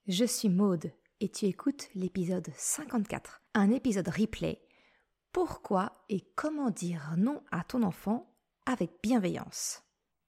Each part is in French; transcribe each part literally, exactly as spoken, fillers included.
Je suis Maude et tu écoutes l'épisode cinquante-quatre, un épisode replay. Pourquoi et comment dire non à ton enfant avec bienveillance?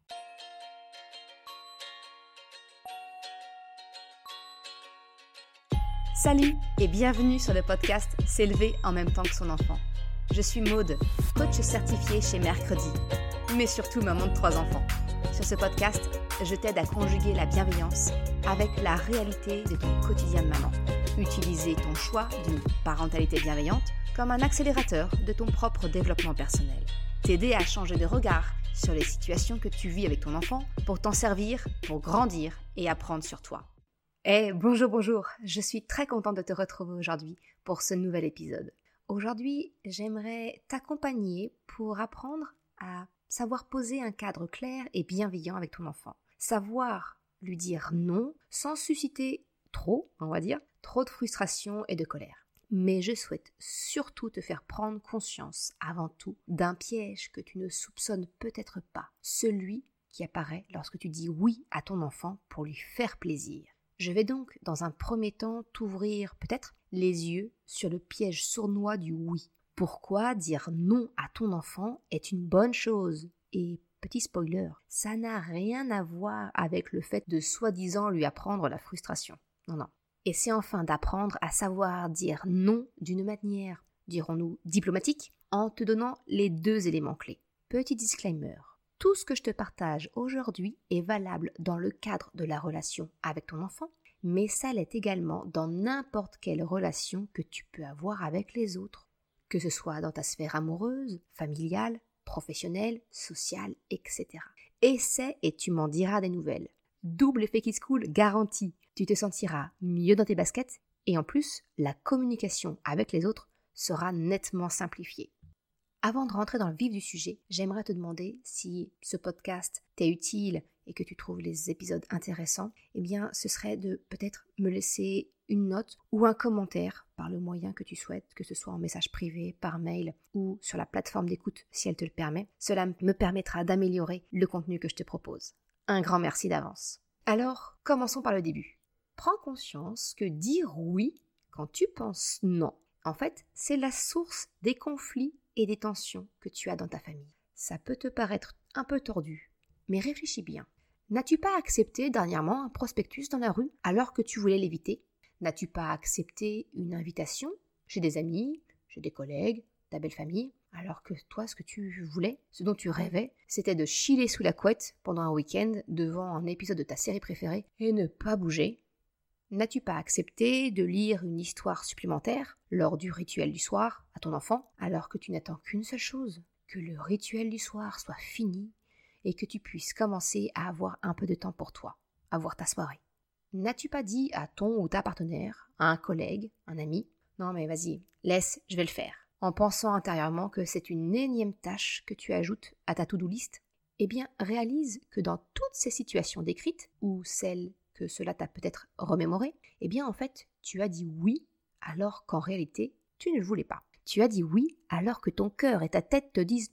Salut et bienvenue sur le podcast S'élever en même temps que son enfant. Je suis Maude, coach certifiée chez Mercredi, mais surtout maman de trois enfants. Sur ce podcast, je t'aide à conjuguer la bienveillance avec la réalité de ton quotidien de maman. Utiliser ton choix d'une parentalité bienveillante comme un accélérateur de ton propre développement personnel. T'aider à changer de regard sur les situations que tu vis avec ton enfant pour t'en servir, pour grandir et apprendre sur toi. Eh, bonjour, bonjour, je suis très contente de te retrouver aujourd'hui pour ce nouvel épisode. Aujourd'hui, j'aimerais t'accompagner pour apprendre à savoir poser un cadre clair et bienveillant avec ton enfant. Savoir lui dire non sans susciter trop, on va dire, trop de frustration et de colère. Mais je souhaite surtout te faire prendre conscience, avant tout, d'un piège que tu ne soupçonnes peut-être pas, celui qui apparaît lorsque tu dis oui à ton enfant pour lui faire plaisir. Je vais donc, dans un premier temps, t'ouvrir peut-être les yeux sur le piège sournois du oui. Pourquoi dire non à ton enfant est une bonne chose? Et petit spoiler, ça n'a rien à voir avec le fait de soi-disant lui apprendre la frustration. Non, non. Et c'est enfin d'apprendre à savoir dire non d'une manière, dirons-nous, diplomatique, en te donnant les deux éléments clés. Petit disclaimer. Tout ce que je te partage aujourd'hui est valable dans le cadre de la relation avec ton enfant, mais ça l'est également dans n'importe quelle relation que tu peux avoir avec les autres, que ce soit dans ta sphère amoureuse, familiale, professionnelle, sociale, et cetera. Essaie et tu m'en diras des nouvelles. Double effet Kids Cool garanti. Tu te sentiras mieux dans tes baskets et en plus, la communication avec les autres sera nettement simplifiée. Avant de rentrer dans le vif du sujet, j'aimerais te demander si ce podcast t'est utile et que tu trouves les épisodes intéressants, eh bien ce serait de peut-être me laisser une note ou un commentaire par le moyen que tu souhaites, que ce soit en message privé, par mail ou sur la plateforme d'écoute si elle te le permet. Cela me permettra d'améliorer le contenu que je te propose. Un grand merci d'avance. Alors, commençons par le début. Prends conscience que dire oui quand tu penses non, en fait, c'est la source des conflits et des tensions que tu as dans ta famille. Ça peut te paraître un peu tordu, mais réfléchis bien. N'as-tu pas accepté dernièrement un prospectus dans la rue alors que tu voulais l'éviter? N'as-tu pas accepté une invitation chez des amis, chez des collègues, ta belle famille, alors que toi, ce que tu voulais, ce dont tu rêvais, c'était de chiller sous la couette pendant un week-end devant un épisode de ta série préférée et ne pas bouger? N'as-tu pas accepté de lire une histoire supplémentaire lors du rituel du soir à ton enfant, alors que tu n'attends qu'une seule chose, que le rituel du soir soit fini et que tu puisses commencer à avoir un peu de temps pour toi, avoir ta soirée? N'as-tu pas dit à ton ou ta partenaire, à un collègue, un ami, « Non mais vas-y, laisse, je vais le faire », en pensant intérieurement que c'est une énième tâche que tu ajoutes à ta to-do list? Eh bien, réalise que dans toutes ces situations décrites, ou celles que cela t'a peut-être remémoré, eh bien en fait, tu as dit oui alors qu'en réalité, tu ne le voulais pas. Tu as dit oui alors que ton cœur et ta tête te disent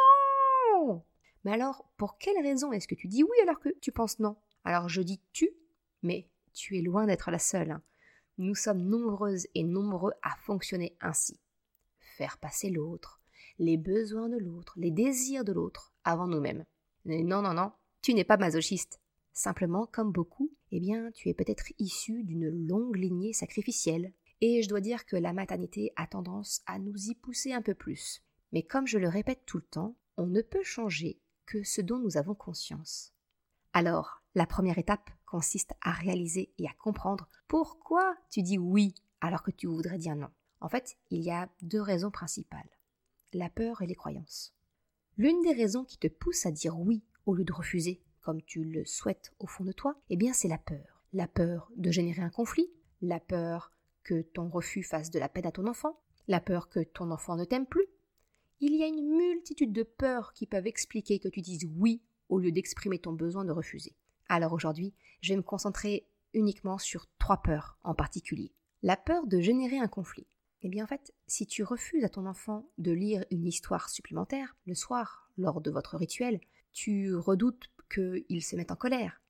non. Mais alors, pour quelle raison est-ce que tu dis oui alors que tu penses non? Alors je dis tu, mais tu es loin d'être la seule. Hein. Nous sommes nombreuses et nombreux à fonctionner ainsi. Faire passer l'autre, les besoins de l'autre, les désirs de l'autre avant nous-mêmes. Mais non, non, non, tu n'es pas masochiste. Simplement, comme beaucoup, eh bien, tu es peut-être issu d'une longue lignée sacrificielle. Et je dois dire que la maternité a tendance à nous y pousser un peu plus. Mais comme je le répète tout le temps, on ne peut changer que ce dont nous avons conscience. Alors, la première étape consiste à réaliser et à comprendre pourquoi tu dis oui alors que tu voudrais dire non. En fait, il y a deux raisons principales. La peur et les croyances. L'une des raisons qui te pousse à dire oui au lieu de refuser, comme tu le souhaites au fond de toi, eh bien c'est la peur. La peur de générer un conflit, la peur que ton refus fasse de la peine à ton enfant, la peur que ton enfant ne t'aime plus. Il y a une multitude de peurs qui peuvent expliquer que tu dises oui au lieu d'exprimer ton besoin de refuser. Alors aujourd'hui, je vais me concentrer uniquement sur trois peurs en particulier. La peur de générer un conflit. Eh bien en fait, si tu refuses à ton enfant de lire une histoire supplémentaire le soir, lors de votre rituel, tu redoutes qu'il se mette en colère,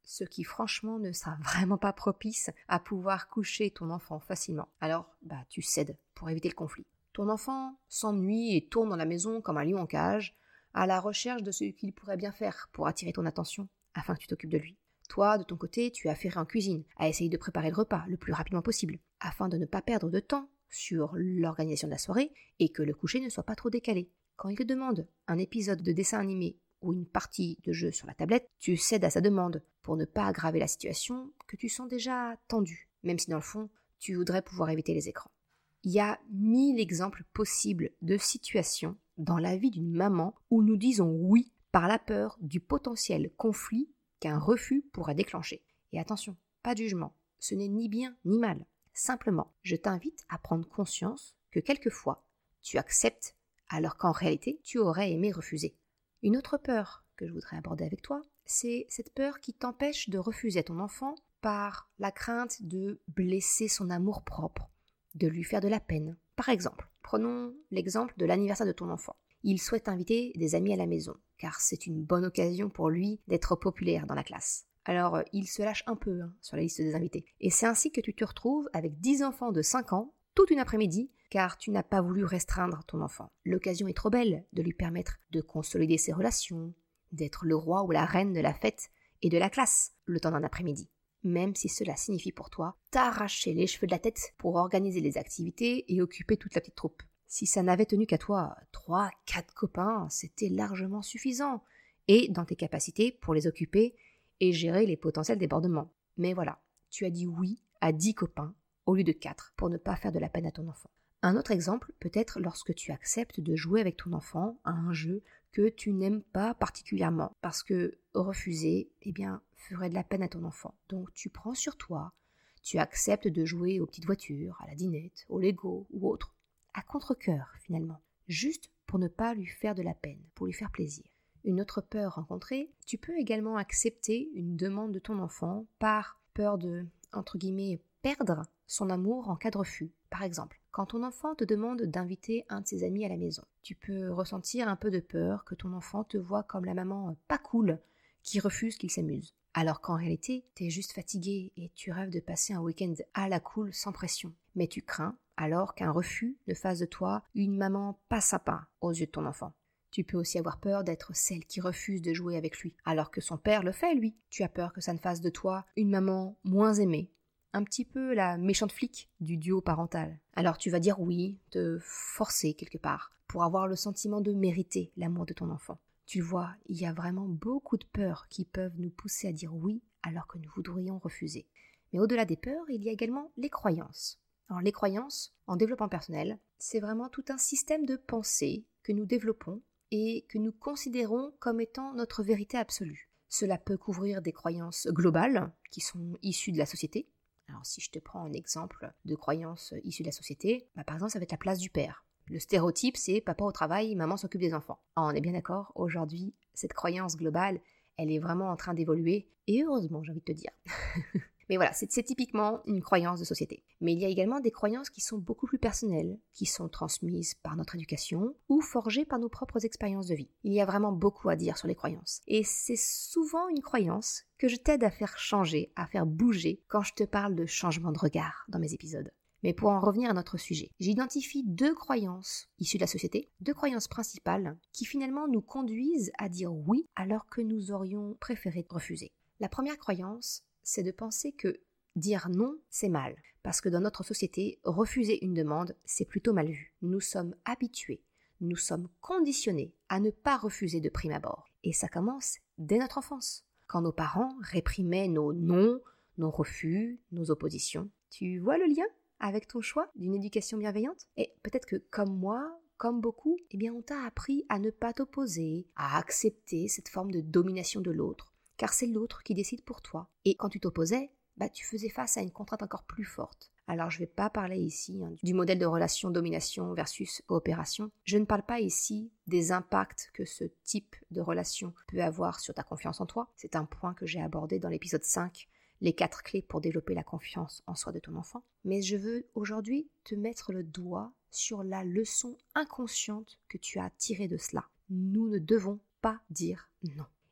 ce qui franchement ne sera vraiment pas propice à pouvoir coucher ton enfant facilement. Alors, bah, tu cèdes pour éviter le conflit. Ton enfant s'ennuie et tourne dans la maison comme un lion en cage, à la recherche de ce qu'il pourrait bien faire pour attirer ton attention, afin que tu t'occupes de lui. Toi, de ton côté, tu as affairé en cuisine, à essayer de préparer le repas le plus rapidement possible, afin de ne pas perdre de temps sur l'organisation de la soirée et que le coucher ne soit pas trop décalé. Quand il te demande un épisode de dessin animé ou une partie de jeu sur la tablette, tu cèdes à sa demande pour ne pas aggraver la situation que tu sens déjà tendue, même si dans le fond, tu voudrais pouvoir éviter les écrans. Il y a mille exemples possibles de situations dans la vie d'une maman où nous disons oui par la peur du potentiel conflit qu'un refus pourrait déclencher. Et attention, pas de jugement, ce n'est ni bien ni mal. Simplement, je t'invite à prendre conscience que quelquefois, tu acceptes alors qu'en réalité, tu aurais aimé refuser. Une autre peur que je voudrais aborder avec toi, c'est cette peur qui t'empêche de refuser à ton enfant par la crainte de blesser son amour-propre, de lui faire de la peine. Par exemple, prenons l'exemple de l'anniversaire de ton enfant. Il souhaite inviter des amis à la maison, car c'est une bonne occasion pour lui d'être populaire dans la classe. Alors, il se lâche un peu hein, sur la liste des invités. Et c'est ainsi que tu te retrouves avec dix enfants de cinq ans, toute une après-midi, car tu n'as pas voulu restreindre ton enfant. L'occasion est trop belle de lui permettre de consolider ses relations, d'être le roi ou la reine de la fête et de la classe le temps d'un après-midi. Même si cela signifie pour toi t'arracher les cheveux de la tête pour organiser les activités et occuper toute la petite troupe. Si ça n'avait tenu qu'à toi, trois, quatre copains, c'était largement suffisant, et dans tes capacités pour les occuper et gérer les potentiels débordements. Mais voilà, tu as dit oui à dix copains au lieu de quatre pour ne pas faire de la peine à ton enfant. Un autre exemple peut être lorsque tu acceptes de jouer avec ton enfant à un jeu que tu n'aimes pas particulièrement, parce que refuser, eh bien, ferait de la peine à ton enfant. Donc tu prends sur toi, tu acceptes de jouer aux petites voitures, à la dinette, au Lego ou autre, à contre-cœur finalement, juste pour ne pas lui faire de la peine, pour lui faire plaisir. Une autre peur rencontrée, tu peux également accepter une demande de ton enfant par peur de, entre guillemets, perdre son amour en cas de refus. Par exemple, quand ton enfant te demande d'inviter un de ses amis à la maison, tu peux ressentir un peu de peur que ton enfant te voie comme la maman pas cool qui refuse qu'il s'amuse. Alors qu'en réalité, t'es juste fatigué et tu rêves de passer un week-end à la cool sans pression. Mais tu crains alors qu'un refus ne fasse de toi une maman pas sympa aux yeux de ton enfant. Tu peux aussi avoir peur d'être celle qui refuse de jouer avec lui, alors que son père le fait lui. Tu as peur que ça ne fasse de toi une maman moins aimée, un petit peu la méchante flic du duo parental. Alors tu vas dire oui, te forcer quelque part, pour avoir le sentiment de mériter l'amour de ton enfant. Tu vois, il y a vraiment beaucoup de peurs qui peuvent nous pousser à dire oui alors que nous voudrions refuser. Mais au-delà des peurs, il y a également les croyances. Alors les croyances, en développement personnel, c'est vraiment tout un système de pensée que nous développons et que nous considérons comme étant notre vérité absolue. Cela peut couvrir des croyances globales qui sont issues de la société. Alors si je te prends un exemple de croyances issues de la société, bah par exemple ça va être la place du père. Le stéréotype c'est papa au travail, maman s'occupe des enfants. Ah, on est bien d'accord, aujourd'hui cette croyance globale, elle est vraiment en train d'évoluer, et heureusement j'ai envie de te dire. Mais voilà, c'est, c'est typiquement une croyance de société. Mais il y a également des croyances qui sont beaucoup plus personnelles, qui sont transmises par notre éducation ou forgées par nos propres expériences de vie. Il y a vraiment beaucoup à dire sur les croyances. Et c'est souvent une croyance que je t'aide à faire changer, à faire bouger quand je te parle de changement de regard dans mes épisodes. Mais pour en revenir à notre sujet, j'identifie deux croyances issues de la société, deux croyances principales qui finalement nous conduisent à dire oui alors que nous aurions préféré refuser. La première croyance, c'est de penser que dire non, c'est mal. Parce que dans notre société, refuser une demande, c'est plutôt mal vu. Nous sommes habitués, nous sommes conditionnés à ne pas refuser de prime abord. Et ça commence dès notre enfance, quand nos parents réprimaient nos non, nos refus, nos oppositions. Tu vois le lien avec ton choix d'une éducation bienveillante? Et peut-être que comme moi, comme beaucoup, eh bien on t'a appris à ne pas t'opposer, à accepter cette forme de domination de l'autre, car c'est l'autre qui décide pour toi. Et quand tu t'opposais, bah, tu faisais face à une contrainte encore plus forte. Alors je ne vais pas parler ici hein, du modèle de relation domination versus coopération. Je ne parle pas ici des impacts que ce type de relation peut avoir sur ta confiance en toi. C'est un point que j'ai abordé dans l'épisode cinq, les quatre clés pour développer la confiance en soi de ton enfant. Mais je veux aujourd'hui te mettre le doigt sur la leçon inconsciente que tu as tirée de cela. Nous ne devons pas dire non.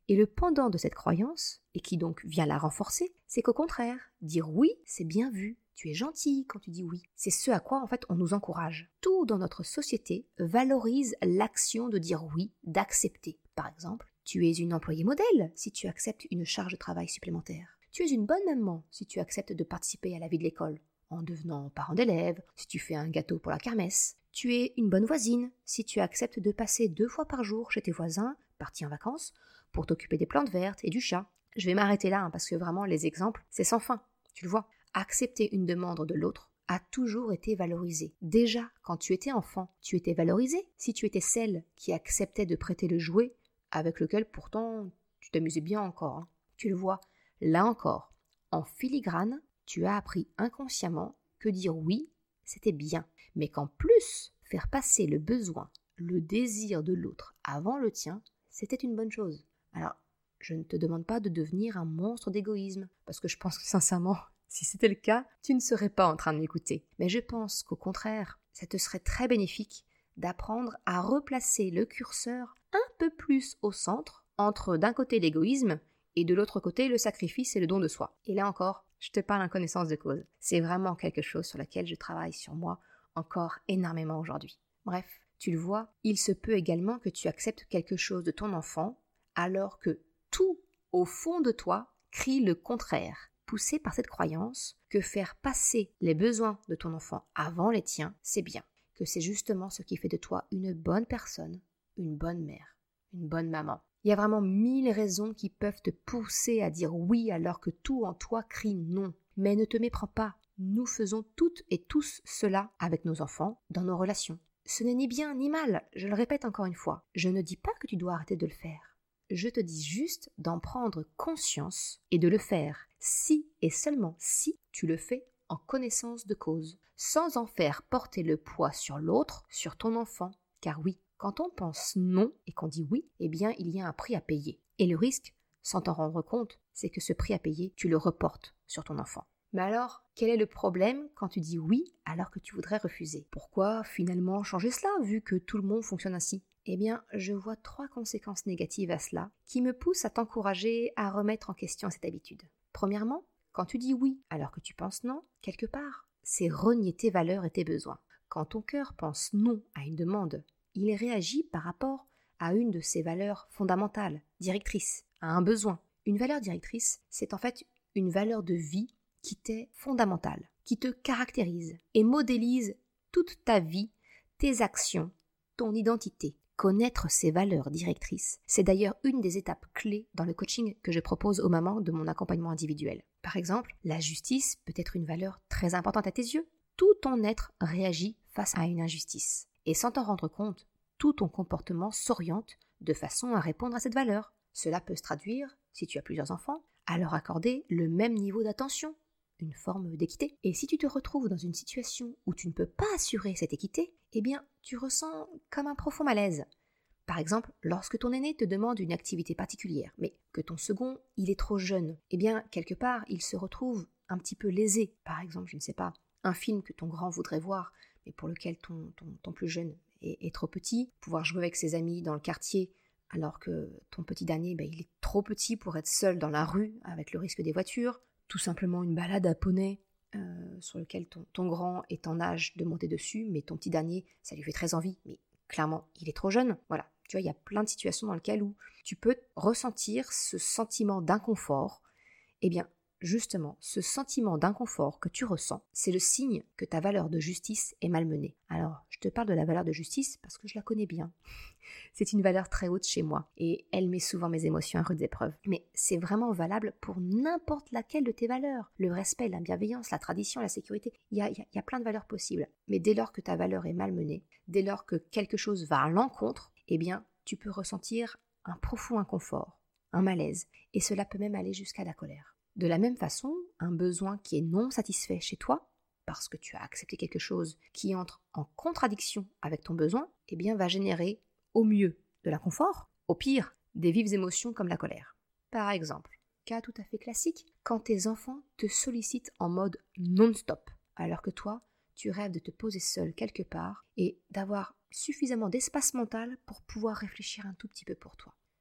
Et le pendant de cette croyance, et qui donc vient la renforcer, c'est qu'au contraire, dire oui, c'est bien vu. Tu es gentil quand tu dis oui. C'est ce à quoi en fait on nous encourage. Tout dans notre société valorise l'action de dire oui, d'accepter. Par exemple, tu es une employée modèle si tu acceptes une charge de travail supplémentaire. Tu es une bonne maman si tu acceptes de participer à la vie de l'école, en devenant parent d'élève, si tu fais un gâteau pour la kermesse. Tu es une bonne voisine si tu acceptes de passer deux fois par jour chez tes voisins, partis en vacances, pour t'occuper des plantes vertes et du chat. Je vais m'arrêter là hein, parce que vraiment les exemples, c'est sans fin, tu le vois. Accepter une demande de l'autre a toujours été valorisé. Déjà, quand tu étais enfant, tu étais valorisé si tu étais celle qui acceptait de prêter le jouet avec lequel pourtant tu t'amusais bien encore. Hein. Tu le vois, là encore, en filigrane, tu as appris inconsciemment que dire oui, c'était bien. Mais qu'en plus, faire passer le besoin, le désir de l'autre avant le tien, c'était une bonne chose. Alors, je ne te demande pas de devenir un monstre d'égoïsme, parce que je pense que sincèrement, si c'était le cas, tu ne serais pas en train de m'écouter. Mais je pense qu'au contraire, ça te serait très bénéfique d'apprendre à replacer le curseur un peu plus au centre, entre d'un côté l'égoïsme et de l'autre côté le sacrifice et le don de soi. Et là encore, je te parle en connaissance de cause. C'est vraiment quelque chose sur lequel je travaille sur moi encore énormément aujourd'hui. Bref, tu le vois, il se peut également que tu acceptes quelque chose de ton enfant alors que tout, au fond de toi, crie le contraire. Poussé par cette croyance que faire passer les besoins de ton enfant avant les tiens, c'est bien, que c'est justement ce qui fait de toi une bonne personne, une bonne mère, une bonne maman. Il y a vraiment mille raisons qui peuvent te pousser à dire oui alors que tout en toi crie non. Mais ne te méprends pas, nous faisons toutes et tous cela avec nos enfants, dans nos relations. Ce n'est ni bien ni mal, je le répète encore une fois. Je ne dis pas que tu dois arrêter de le faire. Je te dis juste d'en prendre conscience et de le faire si et seulement si tu le fais en connaissance de cause, sans en faire porter le poids sur l'autre, sur ton enfant. Car oui, quand on pense non et qu'on dit oui, eh bien il y a un prix à payer. Et le risque, sans t'en rendre compte, c'est que ce prix à payer, tu le reportes sur ton enfant. Mais alors, quel est le problème quand tu dis oui alors que tu voudrais refuser? Pourquoi finalement changer cela vu que tout le monde fonctionne ainsi? Eh bien, je vois trois conséquences négatives à cela qui me poussent à t'encourager à remettre en question cette habitude. Premièrement, quand tu dis oui alors que tu penses non, quelque part, c'est renier tes valeurs et tes besoins. Quand ton cœur pense non à une demande, il réagit par rapport à une de ses valeurs fondamentales, directrices, à un besoin. Une valeur directrice, c'est en fait une valeur de vie qui t'est fondamentale, qui te caractérise et modélise toute ta vie, tes actions, ton identité. Connaître ces valeurs directrices, c'est d'ailleurs une des étapes clés dans le coaching que je propose aux mamans de mon accompagnement individuel. Par exemple, la justice peut être une valeur très importante à tes yeux. Tout ton être réagit face à une injustice. Et sans t'en rendre compte, tout ton comportement s'oriente de façon à répondre à cette valeur. Cela peut se traduire, si tu as plusieurs enfants, à leur accorder le même niveau d'attention, une forme d'équité. Et si tu te retrouves dans une situation où tu ne peux pas assurer cette équité, eh bien, tu ressens comme un profond malaise. Par exemple, lorsque ton aîné te demande une activité particulière, mais que ton second, il est trop jeune, eh bien, quelque part, il se retrouve un petit peu lésé. Par exemple, je ne sais pas, un film que ton grand voudrait voir, mais pour lequel ton, ton, ton plus jeune est, est trop petit, pouvoir jouer avec ses amis dans le quartier, alors que ton petit dernier, ben, il est trop petit pour être seul dans la rue avec le risque des voitures, tout simplement une balade à poney euh, sur lequel ton, ton grand est en âge de monter dessus, mais ton petit dernier, ça lui fait très envie, mais clairement, il est trop jeune. Voilà, tu vois, il y a plein de situations dans lesquelles où tu peux ressentir ce sentiment d'inconfort. Eh bien, justement, ce sentiment d'inconfort que tu ressens, c'est le signe que ta valeur de justice est malmenée. Alors, je te parle de la valeur de justice parce que je la connais bien. C'est une valeur très haute chez moi et elle met souvent mes émotions à rude épreuve. Mais c'est vraiment valable pour n'importe laquelle de tes valeurs. Le respect, la bienveillance, la tradition, la sécurité, il y a, il y a, il y a plein de valeurs possibles. Mais dès lors que ta valeur est malmenée, dès lors que quelque chose va à l'encontre, eh bien, tu peux ressentir un profond inconfort, un malaise, et cela peut même aller jusqu'à la colère. De la même façon, un besoin qui est non satisfait chez toi, parce que tu as accepté quelque chose qui entre en contradiction avec ton besoin, eh bien, va générer au mieux de l'inconfort, au pire des vives émotions comme la colère. Par exemple, cas tout à fait classique, quand tes enfants te sollicitent en mode non-stop, alors que toi, tu rêves de te poser seul quelque part et d'avoir suffisamment d'espace mental pour pouvoir réfléchir un tout petit peu pour toi.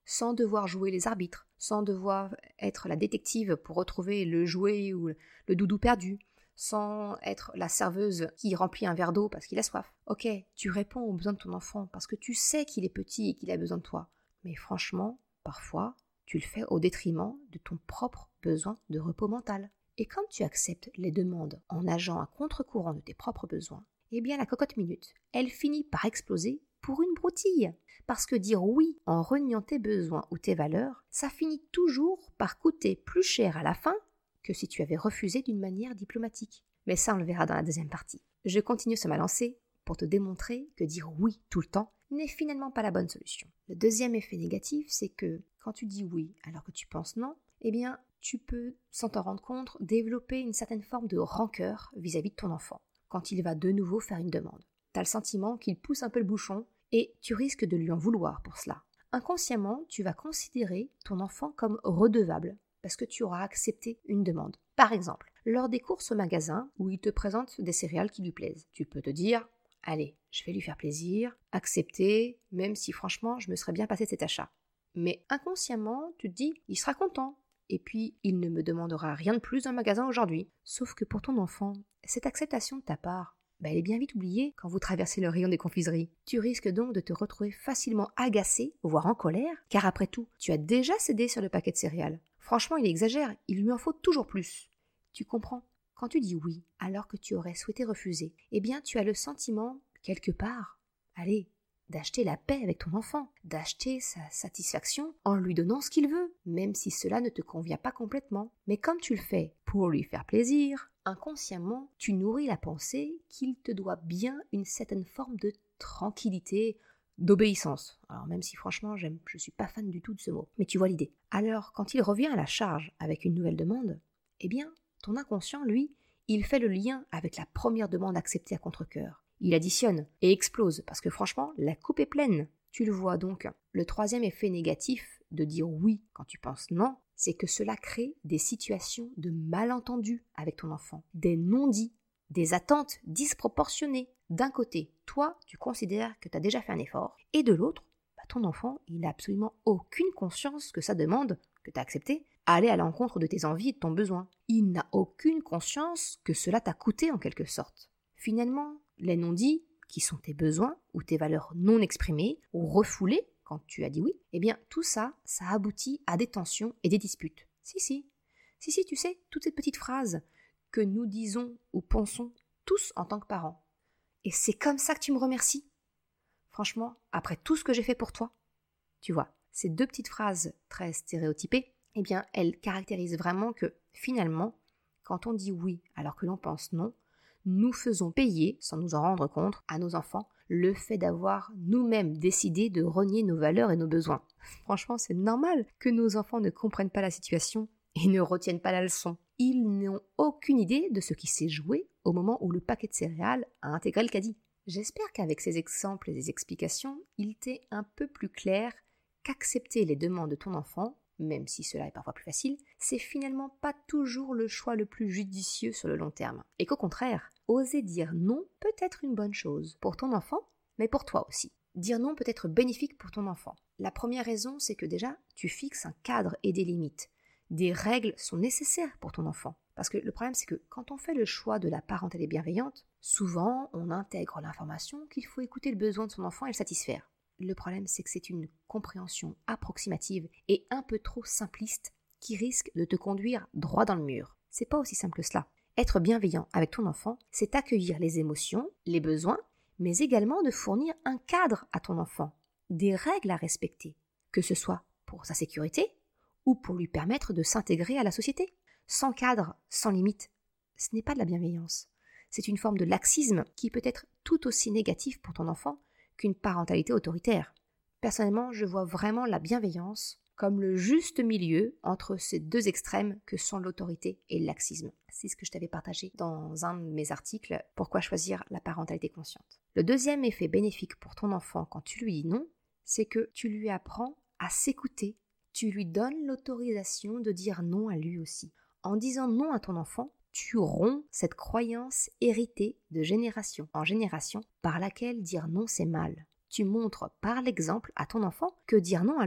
sans devoir jouer les arbitres, sans devoir être la détective pour retrouver le jouet ou le doudou perdu, sans être la serveuse qui remplit un verre d'eau parce qu'il a soif. Ok, tu réponds aux besoins de ton enfant parce que tu sais qu'il est petit et qu'il a besoin de toi. Mais franchement, parfois, tu le fais au détriment de ton propre besoin de repos mental. Et quand tu acceptes les demandes en nageant à contre-courant de tes propres besoins, eh bien la cocotte minute, elle finit par exploser pour une broutille. Parce que dire oui en reniant tes besoins ou tes valeurs, ça finit toujours par coûter plus cher à la fin que si tu avais refusé d'une manière diplomatique. Mais ça, on le verra dans la deuxième partie. Je continue sur ma lancée pour te démontrer que dire oui tout le temps n'est finalement pas la bonne solution. Le deuxième effet négatif, c'est que quand tu dis oui alors que tu penses non, eh bien, tu peux, sans t'en rendre compte, développer une certaine forme de rancœur vis-à-vis de ton enfant quand il va de nouveau faire une demande. Tu as le sentiment qu'il pousse un peu le bouchon et tu risques de lui en vouloir pour cela. Inconsciemment, tu vas considérer ton enfant comme redevable parce que tu auras accepté une demande. Par exemple, lors des courses au magasin où il te présente des céréales qui lui plaisent, tu peux te dire « Allez, je vais lui faire plaisir, accepter, même si franchement je me serais bien passé de cet achat. » Mais inconsciemment, tu te dis « Il sera content. » Et puis, il ne me demandera rien de plus dans le magasin aujourd'hui. Sauf que pour ton enfant, cette acceptation de ta part, bah, elle est bien vite oubliée quand vous traversez le rayon des confiseries. Tu risques donc de te retrouver facilement agacé, voire en colère, car après tout, tu as déjà cédé sur le paquet de céréales. Franchement, il exagère, il lui en faut toujours plus. Tu comprends ? Quand tu dis oui, alors que tu aurais souhaité refuser, eh bien, tu as le sentiment, quelque part, allez, d'acheter la paix avec ton enfant, d'acheter sa satisfaction en lui donnant ce qu'il veut, même si cela ne te convient pas complètement. Mais comme tu le fais pour lui faire plaisir, inconsciemment, tu nourris la pensée qu'il te doit bien une certaine forme de tranquillité, d'obéissance. Alors même si franchement, j'aime, je ne suis pas fan du tout de ce mot, mais tu vois l'idée. Alors, quand il revient à la charge avec une nouvelle demande, eh bien, ton inconscient, lui, il fait le lien avec la première demande acceptée à contre-cœur. Il additionne et explose, parce que franchement, la coupe est pleine. Tu le vois donc. Le troisième effet négatif de dire oui quand tu penses non, c'est que cela crée des situations de malentendus avec ton enfant, des non-dits, des attentes disproportionnées. D'un côté, toi, tu considères que tu as déjà fait un effort, et de l'autre, bah, ton enfant, il n'a absolument aucune conscience que sa demande, que tu as acceptée, allait à l'encontre de tes envies et de ton besoin. Il n'a aucune conscience que cela t'a coûté en quelque sorte. Finalement, les non-dits, qui sont tes besoins ou tes valeurs non exprimées ou refoulées quand tu as dit oui, eh bien tout ça, ça aboutit à des tensions et des disputes. Si, si, si, si, tu sais, toutes ces petites phrases que nous disons ou pensons tous en tant que parents. Et c'est comme ça que tu me remercies. Franchement, après tout ce que j'ai fait pour toi, tu vois, ces deux petites phrases très stéréotypées, eh bien, elles caractérisent vraiment que finalement, quand on dit oui alors que l'on pense non, nous faisons payer, sans nous en rendre compte, à nos enfants, le fait d'avoir nous-mêmes décidé de renier nos valeurs et nos besoins. Franchement, c'est normal que nos enfants ne comprennent pas la situation et ne retiennent pas la leçon. Ils n'ont aucune idée de ce qui s'est joué au moment où le paquet de céréales a intégré le caddie. J'espère qu'avec ces exemples et ces explications, il t'est un peu plus clair qu'accepter les demandes de ton enfant, même si cela est parfois plus facile, c'est finalement pas toujours le choix le plus judicieux sur le long terme. Et qu'au contraire, oser dire non peut être une bonne chose pour ton enfant, mais pour toi aussi. Dire non peut être bénéfique pour ton enfant. La première raison, c'est que déjà, tu fixes un cadre et des limites. Des règles sont nécessaires pour ton enfant. Parce que le problème, c'est que quand on fait le choix de la parentalité bienveillante, souvent, on intègre l'information qu'il faut écouter le besoin de son enfant et le satisfaire. Le problème, c'est que c'est une compréhension approximative et un peu trop simpliste qui risque de te conduire droit dans le mur. C'est pas aussi simple que cela. Être bienveillant avec ton enfant, c'est accueillir les émotions, les besoins, mais également de fournir un cadre à ton enfant, des règles à respecter, que ce soit pour sa sécurité ou pour lui permettre de s'intégrer à la société. Sans cadre, sans limite, ce n'est pas de la bienveillance. C'est une forme de laxisme qui peut être tout aussi négatif pour ton enfant qu'une parentalité autoritaire. Personnellement, je vois vraiment la bienveillance comme le juste milieu entre ces deux extrêmes que sont l'autorité et le laxisme. C'est ce que je t'avais partagé dans un de mes articles « Pourquoi choisir la parentalité consciente ». Le deuxième effet bénéfique pour ton enfant quand tu lui dis non, c'est que tu lui apprends à s'écouter. Tu lui donnes l'autorisation de dire non à lui aussi. En disant non à ton enfant, tu romps cette croyance héritée de génération en génération par laquelle dire non c'est mal. Tu montres par l'exemple à ton enfant que dire non à l'autre,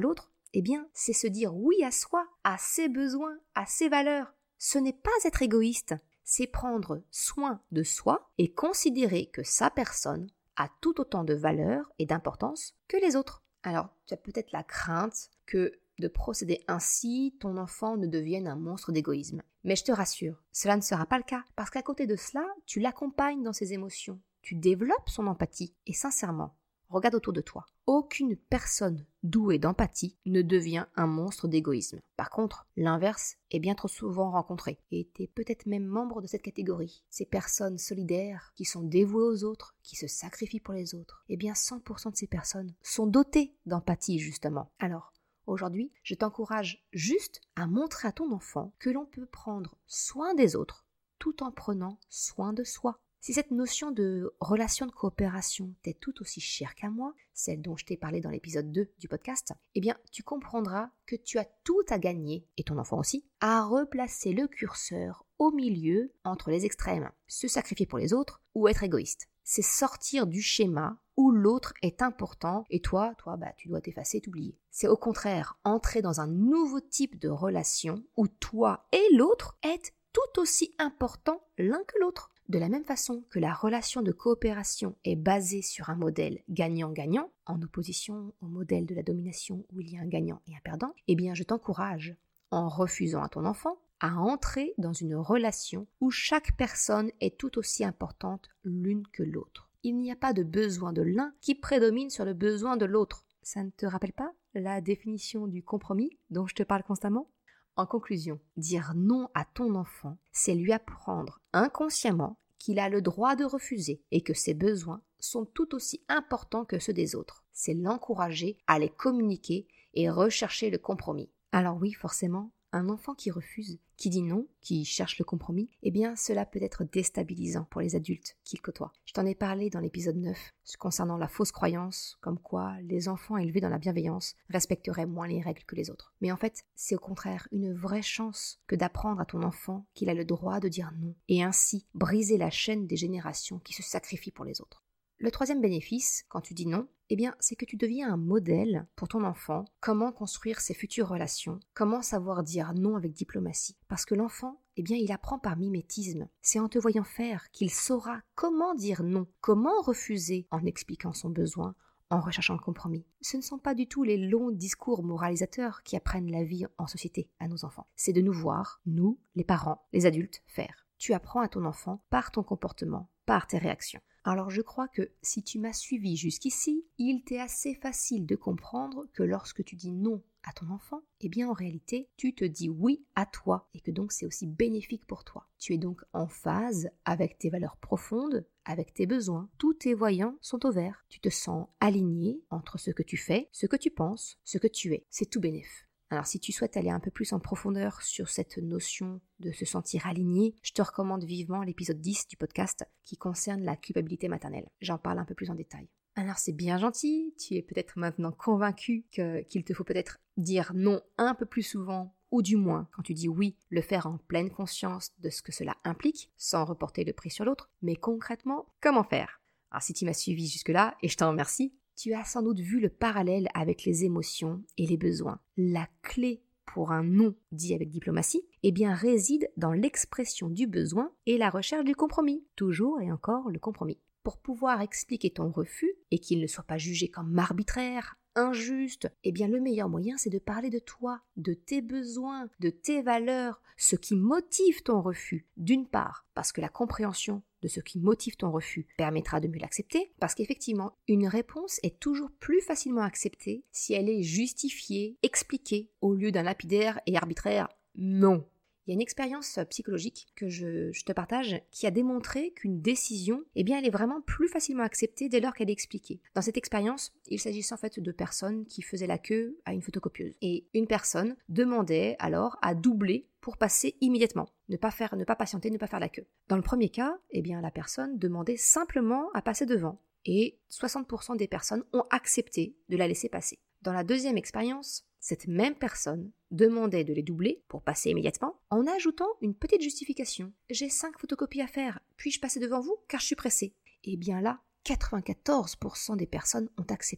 eh bien, c'est se dire oui à soi, à ses besoins, à ses valeurs. Ce n'est pas être égoïste, c'est prendre soin de soi et considérer que sa personne a tout autant de valeur et d'importance que les autres. Alors, tu as peut-être la crainte que de procéder ainsi, ton enfant ne devienne un monstre d'égoïsme. Mais je te rassure, cela ne sera pas le cas, parce qu'à côté de cela, tu l'accompagnes dans ses émotions, tu développes son empathie, et sincèrement, regarde autour de toi. Aucune personne douée d'empathie ne devient un monstre d'égoïsme. Par contre, l'inverse est bien trop souvent rencontré, et tu es peut-être même membre de cette catégorie. Ces personnes solidaires, qui sont dévouées aux autres, qui se sacrifient pour les autres, eh bien cent pour cent de ces personnes sont dotées d'empathie justement. Alors, aujourd'hui, je t'encourage juste à montrer à ton enfant que l'on peut prendre soin des autres tout en prenant soin de soi. Si cette notion de relation de coopération t'est tout aussi chère qu'à moi, celle dont je t'ai parlé dans l'épisode deux du podcast, eh bien tu comprendras que tu as tout à gagner, et ton enfant aussi, à replacer le curseur au milieu entre les extrêmes, se sacrifier pour les autres ou être égoïste. C'est sortir du schéma où l'autre est important et toi, toi, bah, tu dois t'effacer, t'oublier. C'est au contraire entrer dans un nouveau type de relation où toi et l'autre êtes tout aussi importants l'un que l'autre. De la même façon que la relation de coopération est basée sur un modèle gagnant-gagnant, en opposition au modèle de la domination où il y a un gagnant et un perdant, eh bien je t'encourage, en refusant à ton enfant, à entrer dans une relation où chaque personne est tout aussi importante l'une que l'autre. Il n'y a pas de besoin de l'un qui prédomine sur le besoin de l'autre. Ça ne te rappelle pas la définition du compromis dont je te parle constamment ? En conclusion, dire non à ton enfant, c'est lui apprendre inconsciemment qu'il a le droit de refuser et que ses besoins sont tout aussi importants que ceux des autres. C'est l'encourager à les communiquer et rechercher le compromis. Alors oui, forcément, un enfant qui refuse, qui dit non, qui cherche le compromis, eh bien cela peut être déstabilisant pour les adultes qu'il côtoie. Je t'en ai parlé dans l'épisode neuf concernant la fausse croyance, comme quoi les enfants élevés dans la bienveillance respecteraient moins les règles que les autres. Mais en fait, c'est au contraire une vraie chance que d'apprendre à ton enfant qu'il a le droit de dire non, et ainsi briser la chaîne des générations qui se sacrifient pour les autres. Le troisième bénéfice, quand tu dis non, eh bien, c'est que tu deviens un modèle pour ton enfant, comment construire ses futures relations, comment savoir dire non avec diplomatie. Parce que l'enfant, eh bien, il apprend par mimétisme. C'est en te voyant faire qu'il saura comment dire non, comment refuser en expliquant son besoin, en recherchant le compromis. Ce ne sont pas du tout les longs discours moralisateurs qui apprennent la vie en société à nos enfants. C'est de nous voir, nous, les parents, les adultes, faire. Tu apprends à ton enfant par ton comportement, par tes réactions. Alors je crois que si tu m'as suivi jusqu'ici, il t'est assez facile de comprendre que lorsque tu dis non à ton enfant, eh bien en réalité, tu te dis oui à toi et que donc c'est aussi bénéfique pour toi. Tu es donc en phase avec tes valeurs profondes, avec tes besoins. Tous tes voyants sont au vert. Tu te sens aligné entre ce que tu fais, ce que tu penses, ce que tu es. C'est tout bénef. Alors si tu souhaites aller un peu plus en profondeur sur cette notion de se sentir aligné, je te recommande vivement l'épisode dix du podcast qui concerne la culpabilité maternelle. J'en parle un peu plus en détail. Alors c'est bien gentil, tu es peut-être maintenant convaincu que, qu'il te faut peut-être dire non un peu plus souvent, ou du moins, quand tu dis oui, le faire en pleine conscience de ce que cela implique, sans reporter le prix sur l'autre. Mais concrètement, comment faire ? Alors si tu m'as suivi jusque-là, et je t'en remercie, tu as sans doute vu le parallèle avec les émotions et les besoins. La clé pour un non dit avec diplomatie, eh bien réside dans l'expression du besoin et la recherche du compromis. Toujours et encore le compromis. Pour pouvoir expliquer ton refus et qu'il ne soit pas jugé comme arbitraire, injuste, eh bien le meilleur moyen c'est de parler de toi, de tes besoins, de tes valeurs, ce qui motive ton refus. D'une part, parce que la compréhension de ce qui motive ton refus permettra de mieux l'accepter, parce qu'effectivement, une réponse est toujours plus facilement acceptée si elle est justifiée, expliquée, au lieu d'un lapidaire et arbitraire « non ». Il y a une expérience psychologique que je, je te partage qui a démontré qu'une décision, eh bien, elle est vraiment plus facilement acceptée dès lors qu'elle est expliquée. Dans cette expérience, il s'agissait en fait de personnes qui faisaient la queue à une photocopieuse. Et une personne demandait alors à doubler pour passer immédiatement, ne pas faire, ne pas patienter, ne pas faire la queue. Dans le premier cas, eh bien, la personne demandait simplement à passer devant. Et soixante pour cent des personnes ont accepté de la laisser passer. Dans la deuxième expérience, cette même personne demandait de les doubler pour passer immédiatement en ajoutant une petite justification. « J'ai cinq photocopies à faire, puis-je passer devant vous car je suis pressée ?» Et bien là, quatre-vingt-quatorze pour cent des personnes ont accepté.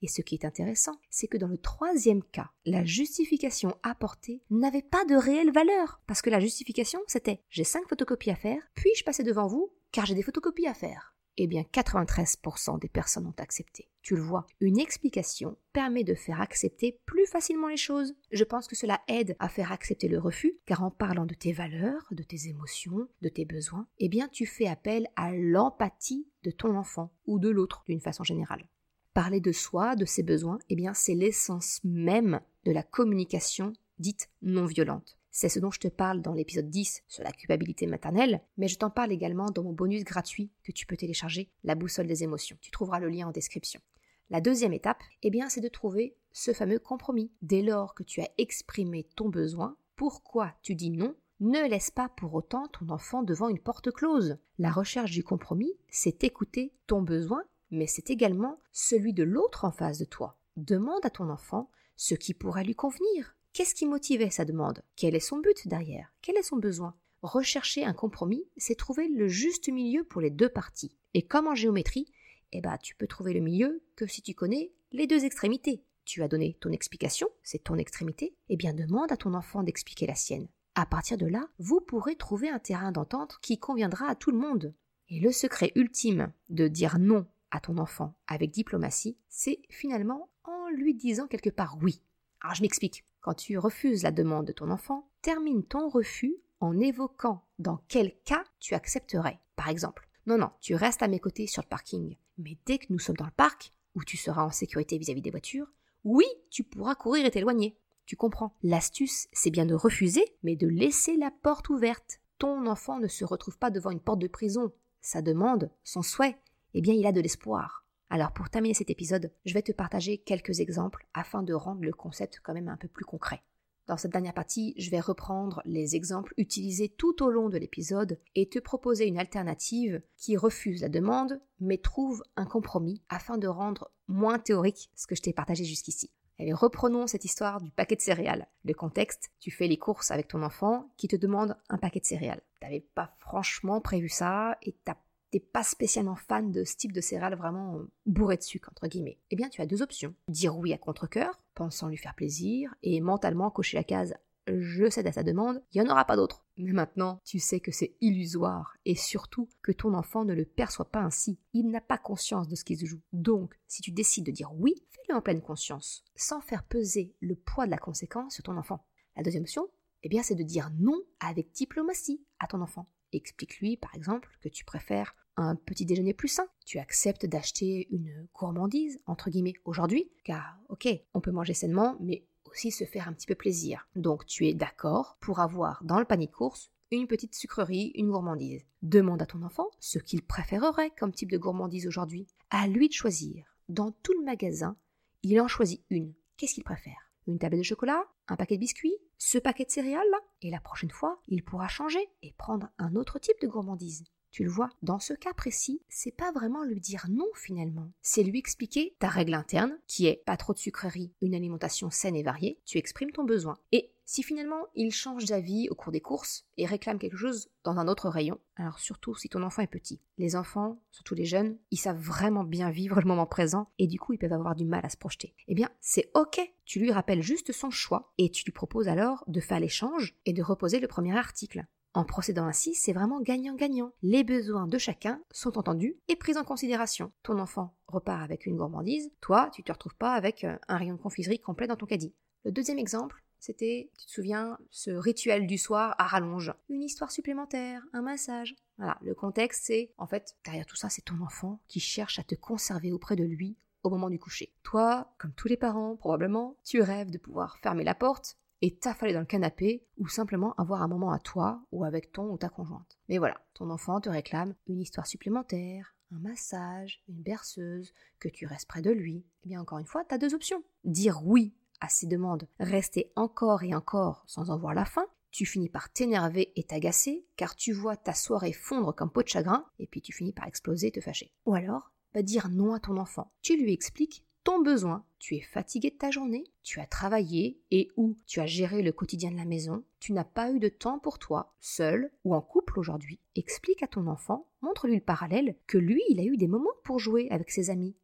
Et ce qui est intéressant, c'est que dans le troisième cas, la justification apportée n'avait pas de réelle valeur. Parce que la justification, c'était « j'ai cinq photocopies à faire, puis-je passer devant vous car j'ai des photocopies à faire ?» Eh bien, quatre-vingt-treize pour cent des personnes ont accepté. Tu le vois, une explication permet de faire accepter plus facilement les choses. Je pense que cela aide à faire accepter le refus, car en parlant de tes valeurs, de tes émotions, de tes besoins, eh bien, tu fais appel à l'empathie de ton enfant ou de l'autre d'une façon générale. Parler de soi, de ses besoins, eh bien, c'est l'essence même de la communication dite non violente. C'est ce dont je te parle dans l'épisode dix sur la culpabilité maternelle, mais je t'en parle également dans mon bonus gratuit que tu peux télécharger, la boussole des émotions. Tu trouveras le lien en description. La deuxième étape, eh bien, c'est de trouver ce fameux compromis. Dès lors que tu as exprimé ton besoin, pourquoi tu dis non, ne laisse pas pour autant ton enfant devant une porte close. La recherche du compromis, c'est écouter ton besoin, mais c'est également celui de l'autre en face de toi. Demande à ton enfant ce qui pourrait lui convenir. Qu'est-ce qui motivait sa demande? Quel est son but derrière? Quel est son besoin? Rechercher un compromis, c'est trouver le juste milieu pour les deux parties. Et comme en géométrie, eh ben, tu peux trouver le milieu que si tu connais les deux extrémités. Tu as donné ton explication, c'est ton extrémité, eh bien demande à ton enfant d'expliquer la sienne. À partir de là, vous pourrez trouver un terrain d'entente qui conviendra à tout le monde. Et le secret ultime de dire non à ton enfant avec diplomatie, c'est finalement en lui disant quelque part oui. Alors je m'explique. Quand tu refuses la demande de ton enfant, termine ton refus en évoquant dans quel cas tu accepterais. Par exemple, non, non, tu restes à mes côtés sur le parking, mais dès que nous sommes dans le parc, où tu seras en sécurité vis-à-vis des voitures, oui, tu pourras courir et t'éloigner. Tu comprends? L'astuce, c'est bien de refuser, mais de laisser la porte ouverte. Ton enfant ne se retrouve pas devant une porte de prison. Sa demande, son souhait, eh bien, il a de l'espoir. Alors pour terminer cet épisode, je vais te partager quelques exemples afin de rendre le concept quand même un peu plus concret. Dans cette dernière partie, je vais reprendre les exemples utilisés tout au long de l'épisode et te proposer une alternative qui refuse la demande mais trouve un compromis afin de rendre moins théorique ce que je t'ai partagé jusqu'ici. Allez, reprenons cette histoire du paquet de céréales. Le contexte, tu fais les courses avec ton enfant qui te demande un paquet de céréales. Tu n'avais pas franchement prévu ça et t'as t'es pas spécialement fan de ce type de céréales vraiment bourré de sucre, entre guillemets, eh bien tu as deux options. Dire oui à contre-cœur, pensant lui faire plaisir, et mentalement cocher la case « je cède à sa demande », il n'y en aura pas d'autre. Mais maintenant, tu sais que c'est illusoire, et surtout que ton enfant ne le perçoit pas ainsi. Il n'a pas conscience de ce qui se joue. Donc, si tu décides de dire oui, fais-le en pleine conscience, sans faire peser le poids de la conséquence sur ton enfant. La deuxième option, eh bien c'est de dire non avec diplomatie à ton enfant. Explique-lui, par exemple, que tu préfères un petit déjeuner plus sain. Tu acceptes d'acheter une gourmandise, entre guillemets, aujourd'hui, car, ok, on peut manger sainement, mais aussi se faire un petit peu plaisir. Donc, tu es d'accord pour avoir dans le panier de course une petite sucrerie, une gourmandise. Demande à ton enfant ce qu'il préférerait comme type de gourmandise aujourd'hui. À lui de choisir. Dans tout le magasin, il en choisit une. Qu'est-ce qu'il préfère? Une tablette de chocolat? Un paquet de biscuits? Ce paquet de céréales là? Et la prochaine fois, il pourra changer et prendre un autre type de gourmandise. Tu le vois, dans ce cas précis, c'est pas vraiment lui dire non finalement. C'est lui expliquer ta règle interne, qui est pas trop de sucreries, une alimentation saine et variée, tu exprimes ton besoin. Et si finalement il change d'avis au cours des courses et réclame quelque chose dans un autre rayon, alors surtout si ton enfant est petit. Les enfants, surtout les jeunes, ils savent vraiment bien vivre le moment présent et du coup ils peuvent avoir du mal à se projeter. Eh bien, c'est ok, tu lui rappelles juste son choix et tu lui proposes alors de faire l'échange et de reposer le premier article. En procédant ainsi, c'est vraiment gagnant-gagnant. Les besoins de chacun sont entendus et pris en considération. Ton enfant repart avec une gourmandise, toi, tu ne te retrouves pas avec un rayon de confiserie complet dans ton caddie. Le deuxième exemple, c'était, tu te souviens, ce rituel du soir à rallonge. Une histoire supplémentaire, un massage. Voilà, le contexte, c'est, en fait, derrière tout ça, c'est ton enfant qui cherche à te conserver auprès de lui au moment du coucher. Toi, comme tous les parents, probablement, tu rêves de pouvoir fermer la porte et t'affaler dans le canapé ou simplement avoir un moment à toi ou avec ton ou ta conjointe. Mais voilà, ton enfant te réclame une histoire supplémentaire, un massage, une berceuse, que tu restes près de lui. Eh bien encore une fois, t'as deux options. Dire oui à ces demandes, rester encore et encore sans en voir la fin, tu finis par t'énerver et t'agacer car tu vois ta soirée fondre comme peau de chagrin et puis tu finis par exploser et te fâcher. Ou alors, bah dire non à ton enfant. Tu lui expliques ton besoin. Tu es fatigué de ta journée, tu as travaillé et ou tu as géré le quotidien de la maison, tu n'as pas eu de temps pour toi, seul ou en couple aujourd'hui. Explique à ton enfant, montre-lui le parallèle, que lui, il a eu des moments pour jouer avec ses amis.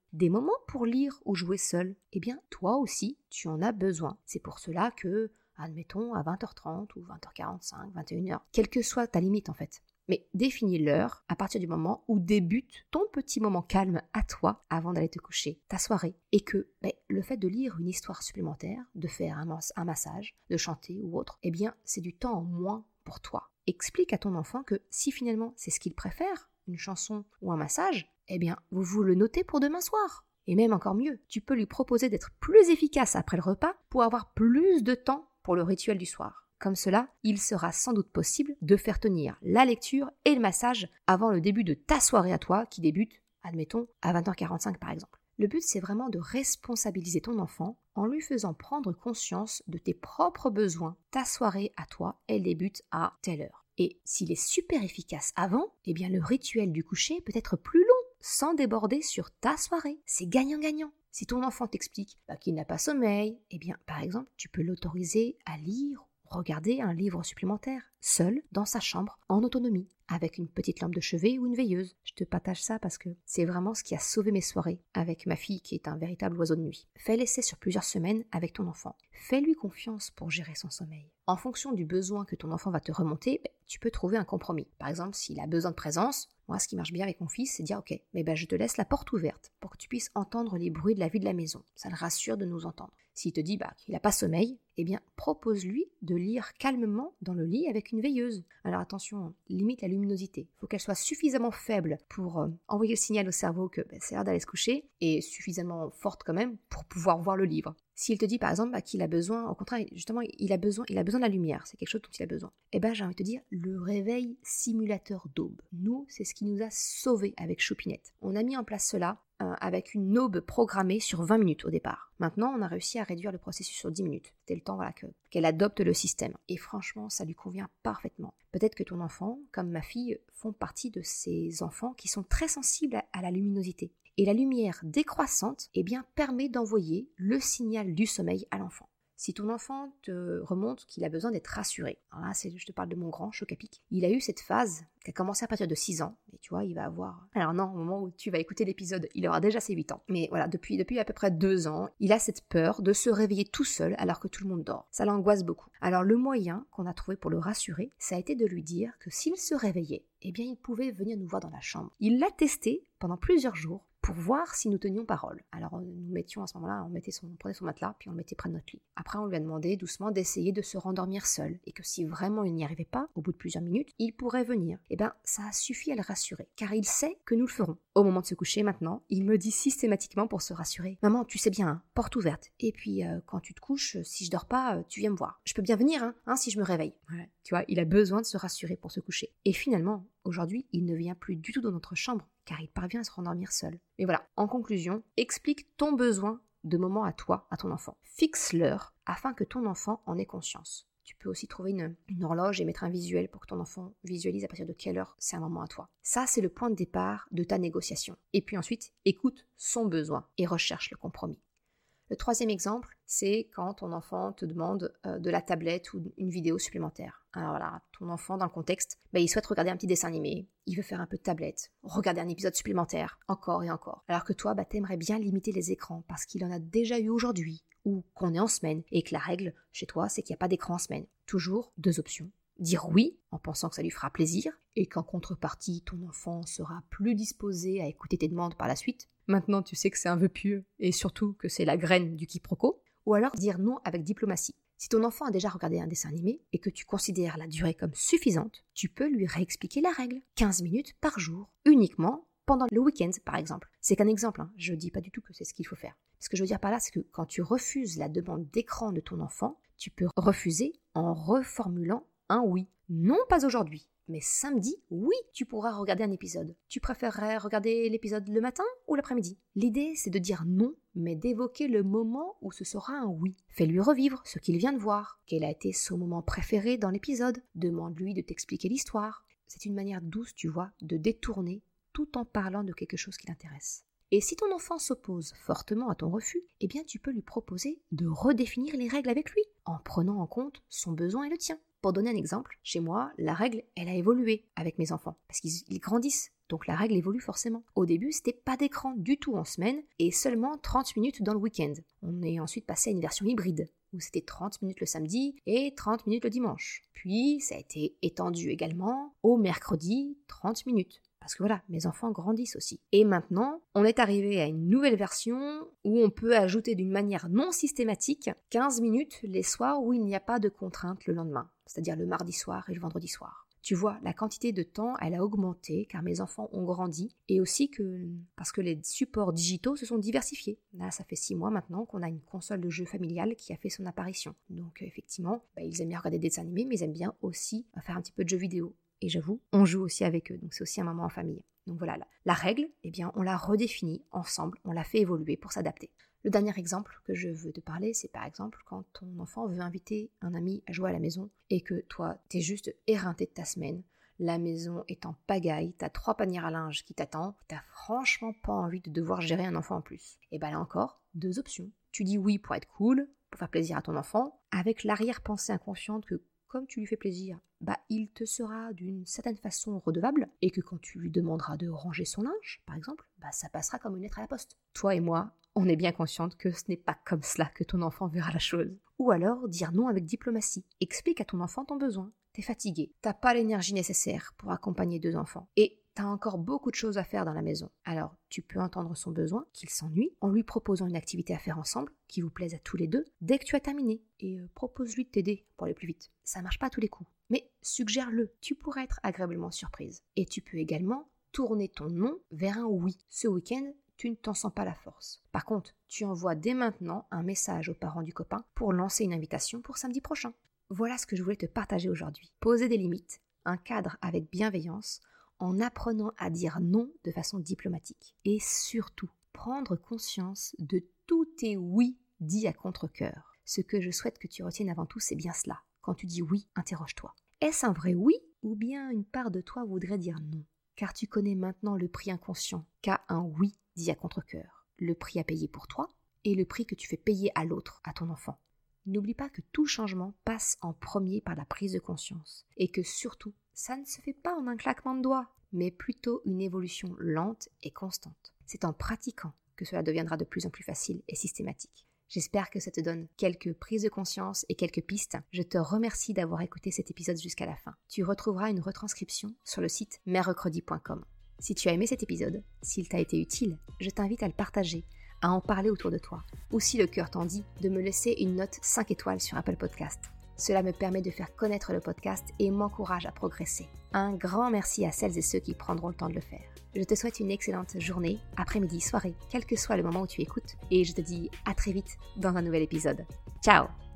Des moments pour lire ou jouer seul, eh bien toi aussi tu en as besoin. C'est pour cela que, admettons à vingt heures trente ou vingt heures quarante-cinq, vingt et une heures, quelle que soit ta limite en fait, mais définis l'heure à partir du moment où débute ton petit moment calme à toi avant d'aller te coucher, ta soirée, et que ben, le fait de lire une histoire supplémentaire, de faire un, mas- un massage, de chanter ou autre, eh bien c'est du temps en moins pour toi. Explique à ton enfant que si finalement c'est ce qu'il préfère, une chanson ou un massage, eh bien vous vous le notez pour demain soir. Et même encore mieux, tu peux lui proposer d'être plus efficace après le repas pour avoir plus de temps pour le rituel du soir. Comme cela, il sera sans doute possible de faire tenir la lecture et le massage avant le début de ta soirée à toi qui débute, admettons, à vingt heures quarante-cinq par exemple. Le but, c'est vraiment de responsabiliser ton enfant en lui faisant prendre conscience de tes propres besoins. Ta soirée à toi, elle débute à telle heure. Et s'il est super efficace avant, eh bien le rituel du coucher peut être plus long, sans déborder sur ta soirée. C'est gagnant-gagnant. Si ton enfant t'explique bah, qu'il n'a pas sommeil, eh bien par exemple, tu peux l'autoriser à lire, regarder un livre supplémentaire, seul, dans sa chambre, en autonomie, avec une petite lampe de chevet ou une veilleuse. Je te partage ça parce que c'est vraiment ce qui a sauvé mes soirées avec ma fille qui est un véritable oiseau de nuit. Fais l'essai sur plusieurs semaines avec ton enfant. Fais-lui confiance pour gérer son sommeil. En fonction du besoin que ton enfant va te remonter, tu peux trouver un compromis. Par exemple, s'il a besoin de présence, moi ce qui marche bien avec mon fils, c'est de dire ok, mais ben, je te laisse la porte ouverte pour que tu puisses entendre les bruits de la vie de la maison. Ça le rassure de nous entendre. S'il te dit bah, qu'il n'a pas sommeil, eh bien propose-lui de lire calmement dans le lit avec une veilleuse. Alors attention, limite la luminosité. Il faut qu'elle soit suffisamment faible pour euh, envoyer le signal au cerveau que bah, c'est l'heure d'aller se coucher et suffisamment forte quand même pour pouvoir voir le livre. S'il te dit par exemple bah, qu'il a besoin, au contraire, justement, il a besoin, il a besoin de la lumière, c'est quelque chose dont il a besoin. Eh bien j'ai envie de te dire, le réveil simulateur d'aube. Nous, c'est ce qui nous a sauvés avec Choupinette. On a mis en place cela euh, avec une aube programmée sur vingt minutes au départ. Maintenant, on a réussi à réduire le processus sur dix minutes. C'était le temps voilà, que, qu'elle adopte le système. Et franchement, ça lui convient parfaitement. Peut-être que ton enfant, comme ma fille, font partie de ces enfants qui sont très sensibles à, à la luminosité. Et la lumière décroissante eh bien, permet d'envoyer le signal du sommeil à l'enfant. Si ton enfant te remonte qu'il a besoin d'être rassuré, alors là, c'est, je te parle de mon grand choc à pic, il a eu cette phase qui a commencé à partir de six ans, et tu vois, il va avoir... Alors non, au moment où tu vas écouter l'épisode, il aura déjà ses huit ans. Mais voilà, depuis, depuis à peu près deux ans, il a cette peur de se réveiller tout seul alors que tout le monde dort. Ça l'angoisse beaucoup. Alors le moyen qu'on a trouvé pour le rassurer, ça a été de lui dire que s'il se réveillait, eh bien il pouvait venir nous voir dans la chambre. Il l'a testé pendant plusieurs jours, pour voir si nous tenions parole. Alors nous mettions à ce moment-là, on, mettait son, on prenait son matelas, puis on le mettait près de notre lit. Après on lui a demandé doucement d'essayer de se rendormir seul, et que si vraiment il n'y arrivait pas, au bout de plusieurs minutes, il pourrait venir. Et bien ça a suffi à le rassurer, car il sait que nous le ferons. Au moment de se coucher maintenant, il me dit systématiquement pour se rassurer, « Maman, tu sais bien, hein, porte ouverte. Et puis euh, quand tu te couches, si je dors pas, euh, tu viens me voir. Je peux bien venir, hein, hein si je me réveille. » Ouais. Tu vois, il a besoin de se rassurer pour se coucher. Et finalement, aujourd'hui, il ne vient plus du tout dans notre chambre, car il parvient à se rendormir seul. Mais voilà, en conclusion, explique ton besoin de moment à toi, à ton enfant. Fixe l'heure afin que ton enfant en ait conscience. Tu peux aussi trouver une, une horloge et mettre un visuel pour que ton enfant visualise à partir de quelle heure c'est un moment à toi. Ça, c'est le point de départ de ta négociation. Et puis ensuite, écoute son besoin et recherche le compromis. Le troisième exemple, c'est quand ton enfant te demande euh, de la tablette ou une vidéo supplémentaire. Alors voilà, ton enfant, dans le contexte, bah, il souhaite regarder un petit dessin animé, il veut faire un peu de tablette, regarder un épisode supplémentaire, encore et encore. Alors que toi, bah, t'aimerais bien limiter les écrans parce qu'il en a déjà eu aujourd'hui, ou qu'on est en semaine, et que la règle chez toi, c'est qu'il n'y a pas d'écran en semaine. Toujours deux options. Dire oui, en pensant que ça lui fera plaisir, et qu'en contrepartie, ton enfant sera plus disposé à écouter tes demandes par la suite. Maintenant, tu sais que c'est un vœu pieux, et surtout que c'est la graine du quiproquo. Ou alors dire non avec diplomatie. Si ton enfant a déjà regardé un dessin animé, et que tu considères la durée comme suffisante, tu peux lui réexpliquer la règle. quinze minutes par jour, uniquement pendant le week-end, par exemple. C'est qu'un exemple, hein. Je ne dis pas du tout que c'est ce qu'il faut faire. Ce que je veux dire par là, c'est que quand tu refuses la demande d'écran de ton enfant, tu peux refuser en reformulant un oui. Non, pas aujourd'hui, mais samedi, oui, tu pourras regarder un épisode. Tu préférerais regarder l'épisode le matin ou l'après-midi? L'idée, c'est de dire non, mais d'évoquer le moment où ce sera un oui. Fais-lui revivre ce qu'il vient de voir. Quel a été son moment préféré dans l'épisode? Demande-lui de t'expliquer l'histoire. C'est une manière douce, tu vois, de détourner tout en parlant de quelque chose qui l'intéresse. Et si ton enfant s'oppose fortement à ton refus, eh bien tu peux lui proposer de redéfinir les règles avec lui, en prenant en compte son besoin et le tien. Pour donner un exemple, chez moi, la règle, elle a évolué avec mes enfants, parce qu'ils ils grandissent. Donc la règle évolue forcément. Au début, c'était pas d'écran du tout en semaine et seulement trente minutes dans le week-end. On est ensuite passé à une version hybride, où c'était trente minutes le samedi et trente minutes le dimanche. Puis ça a été étendu également au mercredi, trente minutes. Parce que voilà, mes enfants grandissent aussi. Et maintenant, on est arrivé à une nouvelle version où on peut ajouter d'une manière non systématique quinze minutes les soirs où il n'y a pas de contrainte le lendemain, c'est-à-dire le mardi soir et le vendredi soir. Tu vois, la quantité de temps, elle a augmenté car mes enfants ont grandi et aussi que parce que les supports digitaux se sont diversifiés. Là, ça fait six mois maintenant qu'on a une console de jeux familiale qui a fait son apparition. Donc effectivement, bah, ils aiment bien regarder des dessins animés, mais ils aiment bien aussi faire un petit peu de jeux vidéo. Et j'avoue, on joue aussi avec eux, donc c'est aussi un moment en famille. Donc voilà, la, la règle, eh bien, on l'a redéfinie ensemble, on l'a fait évoluer pour s'adapter. Le dernier exemple que je veux te parler, c'est par exemple quand ton enfant veut inviter un ami à jouer à la maison et que toi, t'es juste éreinté de ta semaine, la maison est en pagaille, t'as trois paniers à linge qui t'attendent, t'as franchement pas envie de devoir gérer un enfant en plus. Et bien là encore, deux options. Tu dis oui pour être cool, pour faire plaisir à ton enfant, avec l'arrière-pensée inconsciente que comme tu lui fais plaisir, bah il te sera d'une certaine façon redevable et que quand tu lui demanderas de ranger son linge, par exemple, bah ça passera comme une lettre à la poste. Toi et moi, on est bien consciente que ce n'est pas comme cela que ton enfant verra la chose. Ou alors dire non avec diplomatie. Explique à ton enfant ton besoin. T'es fatigué, t'as pas l'énergie nécessaire pour accompagner deux enfants et t'as encore beaucoup de choses à faire dans la maison. Alors tu peux entendre son besoin, qu'il s'ennuie, en lui proposant une activité à faire ensemble qui vous plaise à tous les deux dès que tu as terminé et euh, propose-lui de t'aider pour aller plus vite. Ça marche pas à tous les coups, mais suggère-le, tu pourrais être agréablement surprise. Et tu peux également tourner ton non vers un oui. Ce week-end, tu ne t'en sens pas la force. Par contre, tu envoies dès maintenant un message aux parents du copain pour lancer une invitation pour samedi prochain. Voilà ce que je voulais te partager aujourd'hui. Poser des limites, un cadre avec bienveillance, en apprenant à dire non de façon diplomatique. Et surtout, prendre conscience de tous tes oui dits à contre-cœur. Ce que je souhaite que tu retiennes avant tout, c'est bien cela. Quand tu dis oui, interroge-toi. Est-ce un vrai oui ou bien une part de toi voudrait dire non ? Car tu connais maintenant le prix inconscient qu'a un oui dit à contre-cœur. Le prix à payer pour toi et le prix que tu fais payer à l'autre, à ton enfant. N'oublie pas que tout changement passe en premier par la prise de conscience et que surtout, ça ne se fait pas en un claquement de doigts, mais plutôt une évolution lente et constante. C'est en pratiquant que cela deviendra de plus en plus facile et systématique. J'espère que ça te donne quelques prises de conscience et quelques pistes. Je te remercie d'avoir écouté cet épisode jusqu'à la fin. Tu retrouveras une retranscription sur le site mercredi point com. Si tu as aimé cet épisode, s'il t'a été utile, je t'invite à le partager, à en parler autour de toi, ou si le cœur t'en dit, de me laisser une note cinq étoiles sur Apple Podcast. Cela me permet de faire connaître le podcast et m'encourage à progresser. Un grand merci à celles et ceux qui prendront le temps de le faire. Je te souhaite une excellente journée, après-midi, soirée, quel que soit le moment où tu écoutes, et je te dis à très vite dans un nouvel épisode. Ciao!